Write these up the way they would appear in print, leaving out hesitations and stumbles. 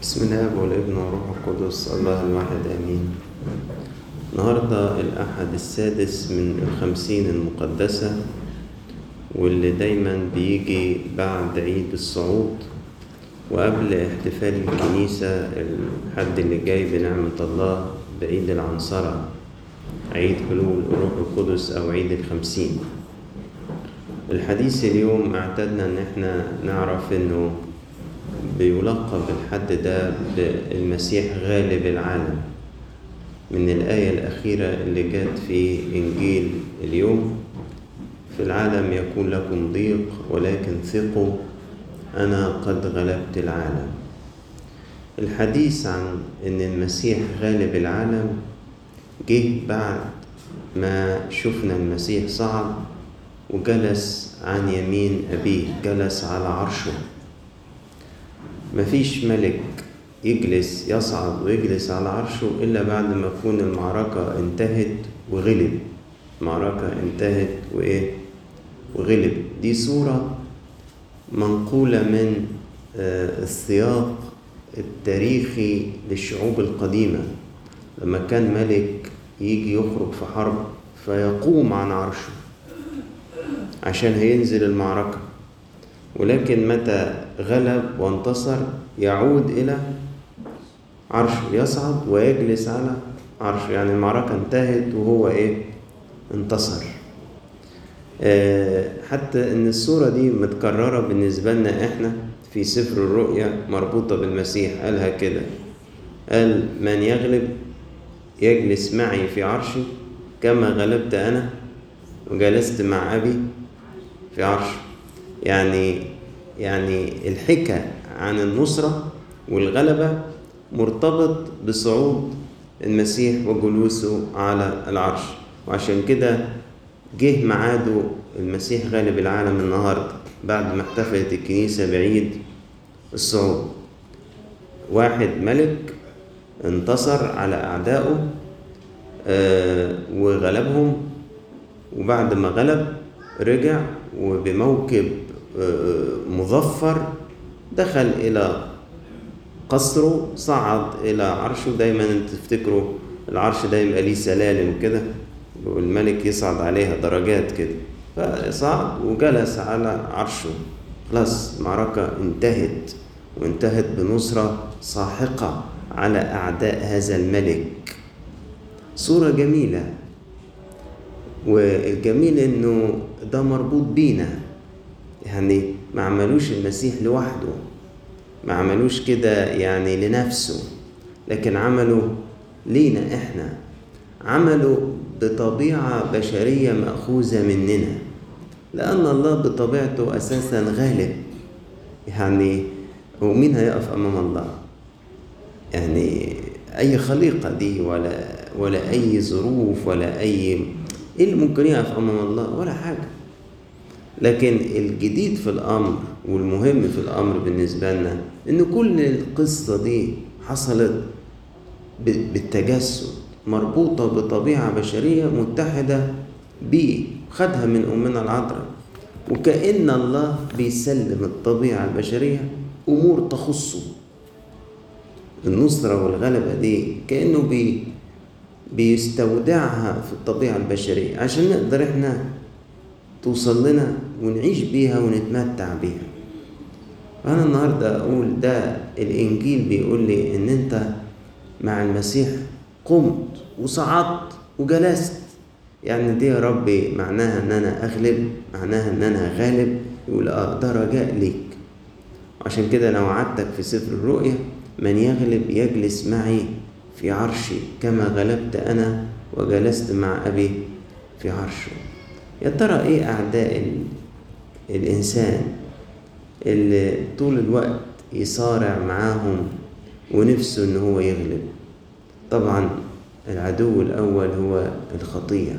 بسم الله والابن والروح القدس الله الواحد آمين. النهاردة الأحد السادس من 50 المقدسة، واللي دايما بيجي بعد عيد الصعود وقبل احتفال الكنيسة الحد اللي جاي بنعمة الله بعيد العنصرة، عيد حلول الروح القدس أو عيد 50. الحديث اليوم اعتدنا ان احنا نعرف انه بيلقب الحد ده بالمسيح غالب العالم من الآية الأخيرة اللي جت في إنجيل اليوم: في العالم يكون لكم ضيق ولكن ثقوا أنا قد غلبت العالم. الحديث عن إن المسيح غالب العالم جه بعد ما شفنا المسيح صعد وجلس عن يمين أبيه، جلس على عرشه. مفيش ملك يصعد ويجلس على عرشه إلا بعد ما تكون المعركة انتهت وغلب. المعركة انتهت وغلب. دي صورة منقولة من السياق التاريخي للشعوب القديمة، لما كان ملك يجي يخرج في حرب فيقوم عن عرشه عشان هينزل المعركة، ولكن متى غلب وانتصر يعود إلى عرشه، يصعد ويجلس على عرشه. يعني المعركة انتهت وهو انتصر. حتى ان الصورة دي متكررة بالنسبة لنا احنا في سفر الرؤيا، مربوطة بالمسيح. قالها كده، قال: من يغلب يجلس معي في عرشي كما غلبت أنا وجلست مع أبي في عرشه. يعني الحكاية عن النصرة والغلبة مرتبط بصعود المسيح وجلوسه على العرش، وعشان كده جه ميعاده المسيح غالب العالم النهاردة بعد ما احتفلت الكنيسة بعيد الصعود. واحد ملك انتصر على أعدائه وغلبهم، وبعد ما غلب رجع وبموكب مظفر دخل إلى قصره، صعد إلى عرشه. دايما تفتكروا العرش ده يبقى ليه سلالم كده والملك يصعد عليها درجات كده، فصعد وجلس على عرشه. خلاص المعركة انتهت، وانتهت بنصرة ساحقة على أعداء هذا الملك. صورة جميلة، والجميل انه ده مربوط بينا. يعني ما عملوش المسيح لوحده، ما عملوش كده يعني لنفسه، لكن عملوا لينا احنا، عملوا بطبيعة بشرية مأخوذة مننا، لأن الله بطبيعته أساسا غالب. يعني هو مين هيقف أمام الله؟ يعني أي خليقة دي ولا أي ظروف ولا أي اللي ممكن يقف أمام الله؟ ولا حاجة. لكن الجديد في الأمر والمهم في الأمر بالنسبة لنا إن كل القصة دي حصلت بالتجسد، مربوطة بطبيعة بشرية متحدة بيه، خدها من أمنا العذراء، وكأن الله بيسلم الطبيعة البشرية أمور تخصه. النصرة والغلبة دي كأنه بيستودعها في الطبيعة البشرية عشان نقدر احنا توصل لنا ونعيش بيها ونتمتع بيها. فأنا النهاردة أقول ده الإنجيل بيقول لي إن أنت مع المسيح قمت وصعدت وجلست. يعني دي يا ربي معناها إن أنا أغلب، معناها إن أنا غالب. يقول ده رجاء ليك. عشان كده أنا وعدتك في سفر الرؤيا: من يغلب يجلس معي في عرشي كما غلبت أنا وجلست مع أبي في عرشه. يا ترى إيه أعداء الإنسان اللي طول الوقت يصارع معاهم ونفسه إن هو يغلب؟ طبعا العدو الأول هو الخطية.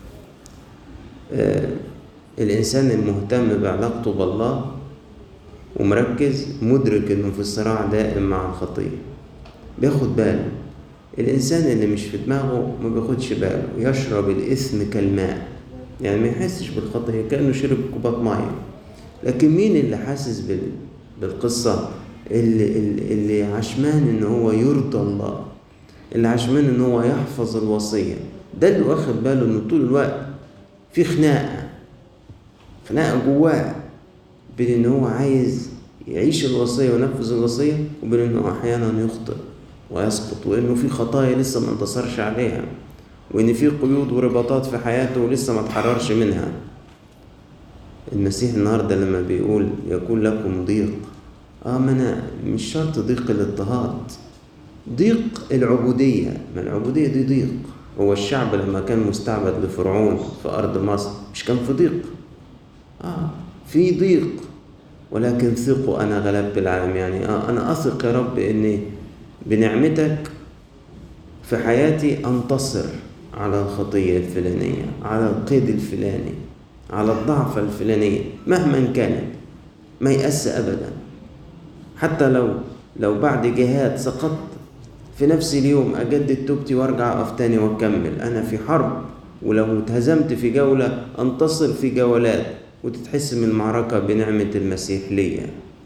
الإنسان المهتم بعلاقته بالله ومركز مدرك إنه في صراع دائم مع الخطية، بياخد باله. الإنسان اللي مش في دماغه ما بياخدش باله، يشرب الإثم كالماء، يعني ما يحسش بالخطية كأنه شرب كوباية مية. لكن مين اللي حاسس بالقصة؟ اللي عشمان ان هو يرضى الله، اللي عشمان ان هو يحفظ الوصية. ده اللي واخد باله انه طول الوقت في خناقة جواه بين ان هو عايز يعيش الوصية وينفذ الوصية، وبين انه احيانا يخطئ ويسقط، وانه في خطايا لسه ما انتصرش عليها، وان في قيود ورباطات في حياته ولسه ما اتحررش منها. المسيح النهاردة لما بيقول يكون لكم ضيق، ما أنا مش شرط ضيق الاضطهاد، ضيق العبودية. ما العبودية دي ضيق. هو الشعب لما كان مستعبد لفرعون في أرض مصر مش كان في ضيق؟ في ضيق، ولكن ثقوا أنا غلبت العالم. يعني أنا أثق يا رب إني بنعمتك في حياتي أنتصر على الخطية الفلانية، على القيد الفلاني، على الضعف الفلانية مهما كانت، ما يأس أبدا. حتى لو بعد جهاد سقطت في نفس اليوم أجدد توبتي وارجع أقف تاني وأكمل. أنا في حرب، ولو اتهزمت في جولة أنتصر في جولات، وتتحسم المعركة بنعمة المسيح ليا.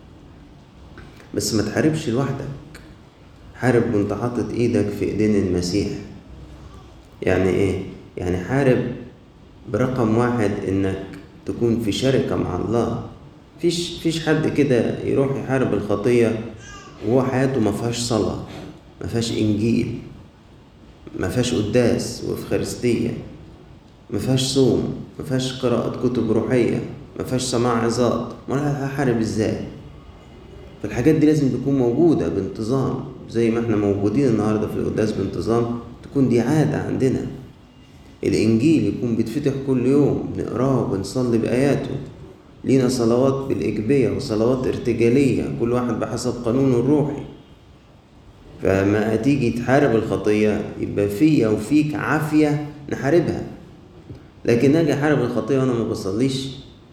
بس ما تحاربش لوحدك، حارب وانت حاطط ايدك في ايدين المسيح. يعني ايه؟ يعني حارب برقم واحد انك تكون في شركة مع الله. فيش حد كده يروح يحارب الخطية وهو حياته ما فيهاش صلاة، ما فيهاش انجيل، ما فيهاش قداس وافخارستية، ما فيهاش صوم، ما فيهاش قراءة كتب روحية، ما فيهاش سماع عظات. ما هحارب ازاي؟ فالحاجات دي لازم تكون موجودة بانتظام، زي ما احنا موجودين النهاردة في القداس بانتظام، تكون دي عادة عندنا. الإنجيل يكون بيتفتح كل يوم نقراه ونصلي بآياته، لينا صلوات بالإجبية وصلوات ارتجالية، كل واحد بحسب قانونه الروحي. فما تيجي تحارب الخطية يبقى فيا وفيك عافية نحاربها. لكن اجي احارب الخطية وانا ما بصليش،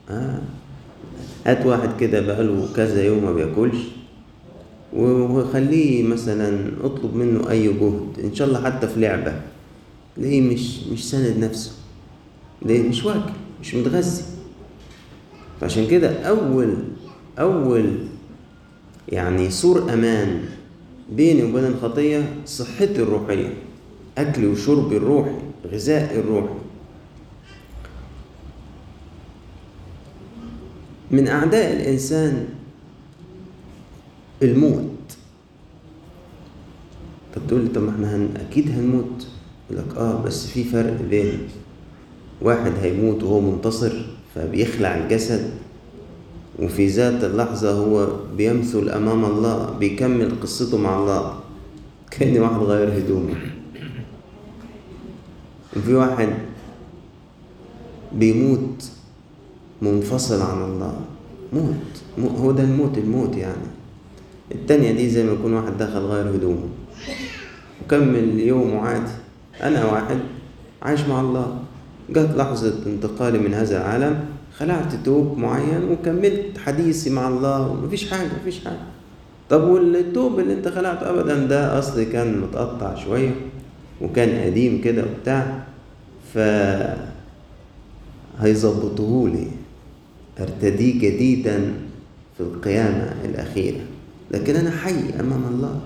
هات واحد كده بقاله كذا يوم ما بياكلش، وخليه مثلا اطلب منه اي جهد ان شاء الله حتى في لعبة، ليه مش ساند نفسه، ليه مش واكل، مش متغذي. فعشان كده اول يعني سور امان بيني وبين الخطية صحتي الروحية، اكلي وشربي الروحي، غذائي الروحي. من اعداء الانسان الموت. طب تقول لي طب ما احنا اكيد هنموت. يقول لك بس في فرق بين واحد هيموت وهو منتصر فبيخلع الجسد، وفي ذات اللحظة هو بيمثل امام الله، بيكمل قصته مع الله كأن واحد غير هدومه. وفي واحد بيموت منفصل عن الله، موت هو ده الموت يعني. التانية دي زي ما يكون واحد دخل غير هدومه وكمل يومه عادي. أنا واحد عايش مع الله، جت لحظة انتقالي من هذا العالم، خلعت توب معين وكملت حديثي مع الله، ومفيش حاجة. طب والتوب اللي انت خلعته أبدا ده أصلي كان متقطع شوية وكان قديم كده وبتاع، هيظبطوهولي ارتديه جديدا في القيامة الأخيرة، لكن أنا حي أمام الله.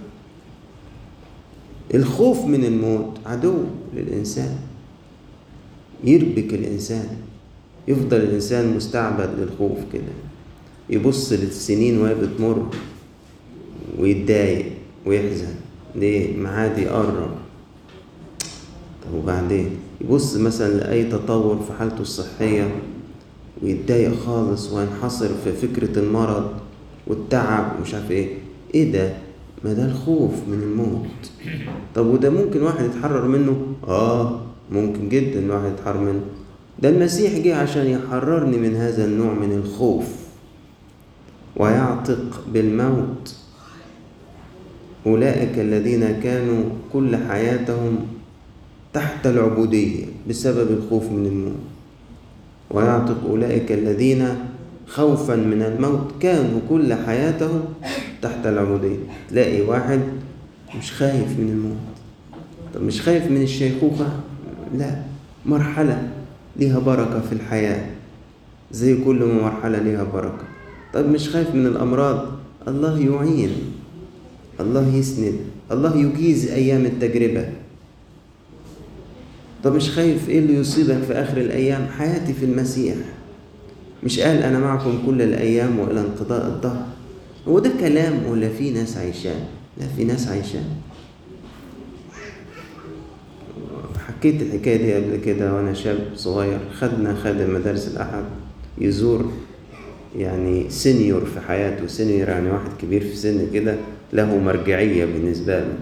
الخوف من الموت عدو للإنسان، يربك الإنسان، يفضل الإنسان مستعبد للخوف كده، يبص للسنين وهي بتمر ويتضايق ويحزن، ليه معادي قرب. طب وبعدين يبص مثلا لأي تطور في حالته الصحية ويتضايق خالص وينحصر في فكرة المرض والتعب ومش عارف ايه ده؟ ما ده الخوف من الموت. طب وده ممكن واحد يتحرر منه؟ ممكن جدا الواحد يتحرر منه. ده المسيح جه عشان يحررني من هذا النوع من الخوف ويعتق بالموت أولئك الذين كانوا كل حياتهم تحت العبودية بسبب الخوف من الموت، ويعتق أولئك الذين خوفا من الموت كانوا كل حياتهم تحت العبودية. تلاقي واحد مش خايف من الموت. طب مش خايف من الشيخوخة؟ لا، مرحلة ليها بركة في الحياة زي كل مرحلة ليها بركة. طب مش خايف من الأمراض؟ الله يعين، الله يسند، الله يجيز أيام التجربة. طب مش خايف إيه اللي يصيبك في آخر الأيام؟ حياتي في المسيح. مش قال أنا معكم كل الأيام وإلى انقضاء الدهر؟ هو ده كلام ولا في ناس عايشاه؟ لا، في ناس عايشاه. حكيت الحكاية دي قبل كده وأنا شاب صغير. خدنا خادم مدارس الأحد يزور يعني سينيور في حياته. سينيور يعني واحد كبير في سن كده، له مرجعية بالنسبة له.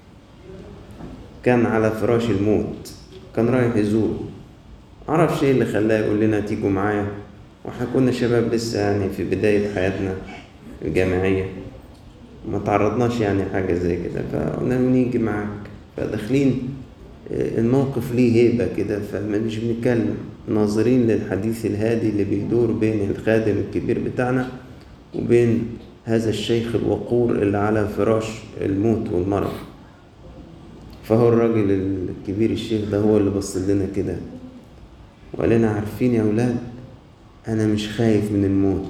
كان على فراش الموت، كان رايح يزور. معرفش ايه اللي خلاه يقول لنا تيجوا معايا، واحنا كنا شباب لسه يعني في بداية حياتنا الجامعية، ما تعرضناش يعني حاجة زي كده، فقلنا له نيجي معاك. فداخلين الموقف ليه هيبة كده، فمش بنتكلم، ناظرين للحديث الهادي اللي بيدور بين الخادم الكبير بتاعنا وبين هذا الشيخ الوقور اللي على فراش الموت والمرض. فهو الراجل الكبير الشيخ ده هو اللي بص لنا كده وقال لنا عارفين يا أولاد أنا مش خايف من الموت.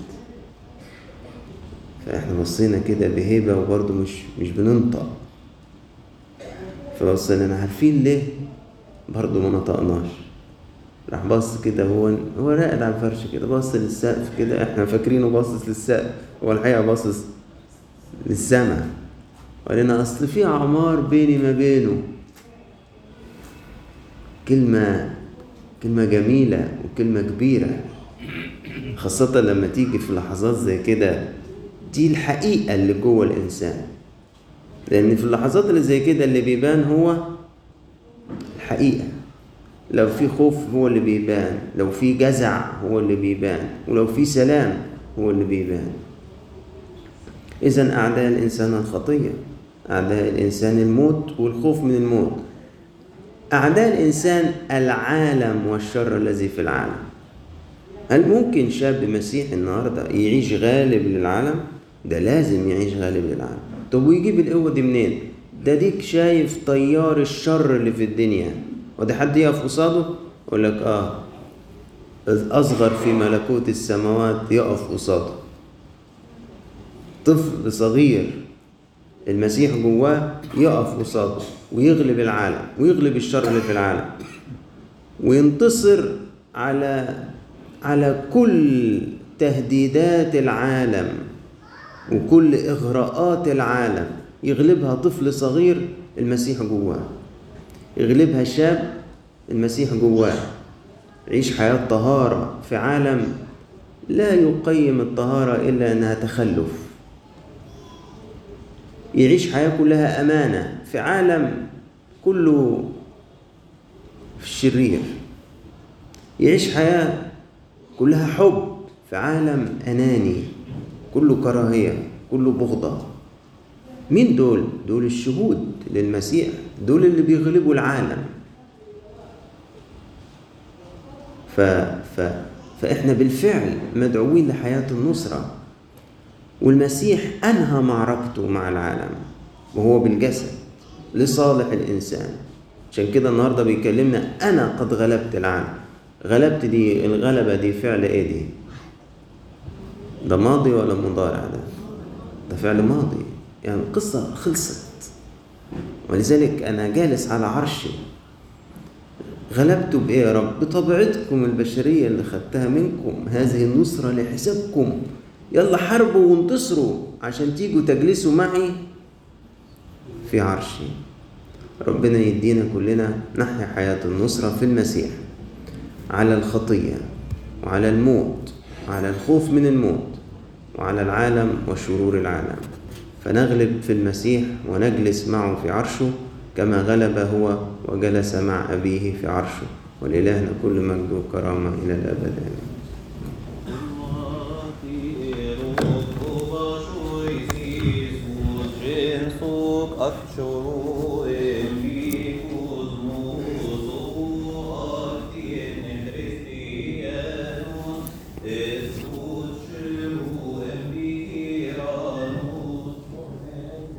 فإحنا بصينا كده بهيبة وبرضه مش بننطق. فبص لنا عارفين ليه؟ برضه ما نطقناش. راح بص كده، هو راقد على الفرش كده، بص للسقف كده، احنا فاكرينه باصص للسقف، هو الحقيقة باصص للسماء. وقال لنا أصل في عمار بيني ما بينه. كلمة جميلة وكلمة كبيرة، خاصة لما تيجي في لحظات زي كده. دي الحقيقة اللي جوه الإنسان، لأن في اللحظات اللي زي كده اللي بيبان هو الحقيقة. لو في خوف هو اللي بيبان، لو في جزع هو اللي بيبان، ولو في سلام هو اللي بيبان. إذن أعداء الإنسان الخطية، أعداء الإنسان الموت والخوف من الموت. أعداء الإنسان العالم والشر الذي في العالم. هل ممكن شاب مسيحي النهاردة يعيش غالب للعالم؟ ده لازم يعيش غالب للعالم. طب ويجيب القوة دي منين؟ ده ديك شايف طيار الشر اللي في الدنيا، وده حد يقف قصاده؟ يقول لك الأصغر في ملكوت السماوات يقف قصاده. طفل صغير المسيح جواه يقف قصاده ويغلب العالم ويغلب الشر اللي في العالم وينتصر على كل تهديدات العالم وكل إغراءات العالم. يغلبها طفل صغير المسيح جواه، يغلبها شاب المسيح جواه. يعيش حياة طهارة في عالم لا يقيم الطهارة إلا أنها تخلف. يعيش حياة كلها أمانة في عالم كله شرير. يعيش حياة كلها حب في عالم أناني كله كراهية كله بغضة. مين دول؟ دول الشهود للمسيح، دول اللي بيغلبوا العالم. فإحنا بالفعل مدعوين لحياة النصرة، والمسيح أنهى معركته مع العالم وهو بالجسد لصالح الإنسان. عشان كده النهاردة بيكلمنا أنا قد غلبت العالم. غلبت دي، الغلبة دي فعل إيه دي؟ ده ماضي ولا مضارع؟ ده فعل ماضي، يعني القصة خلصت. ولذلك أنا جالس على عرشي. غلبتوا بإيه يا رب؟ بطبيعتكم البشرية اللي خدتها منكم، هذه النصرة لحسابكم. يلا حاربوا وانتصروا عشان تيجوا تجلسوا معي في عرشي. ربنا يدينا كلنا نحيا حياة النصرة في المسيح، على الخطية وعلى الموت وعلى الخوف من الموت وعلى العالم وشرور العالم، فنغلب في المسيح ونجلس معه في عرشه كما غلب هو وجلس مع أبيه في عرشه. ولإلهنا كل مجد وكرامة إلى الأبد آمين.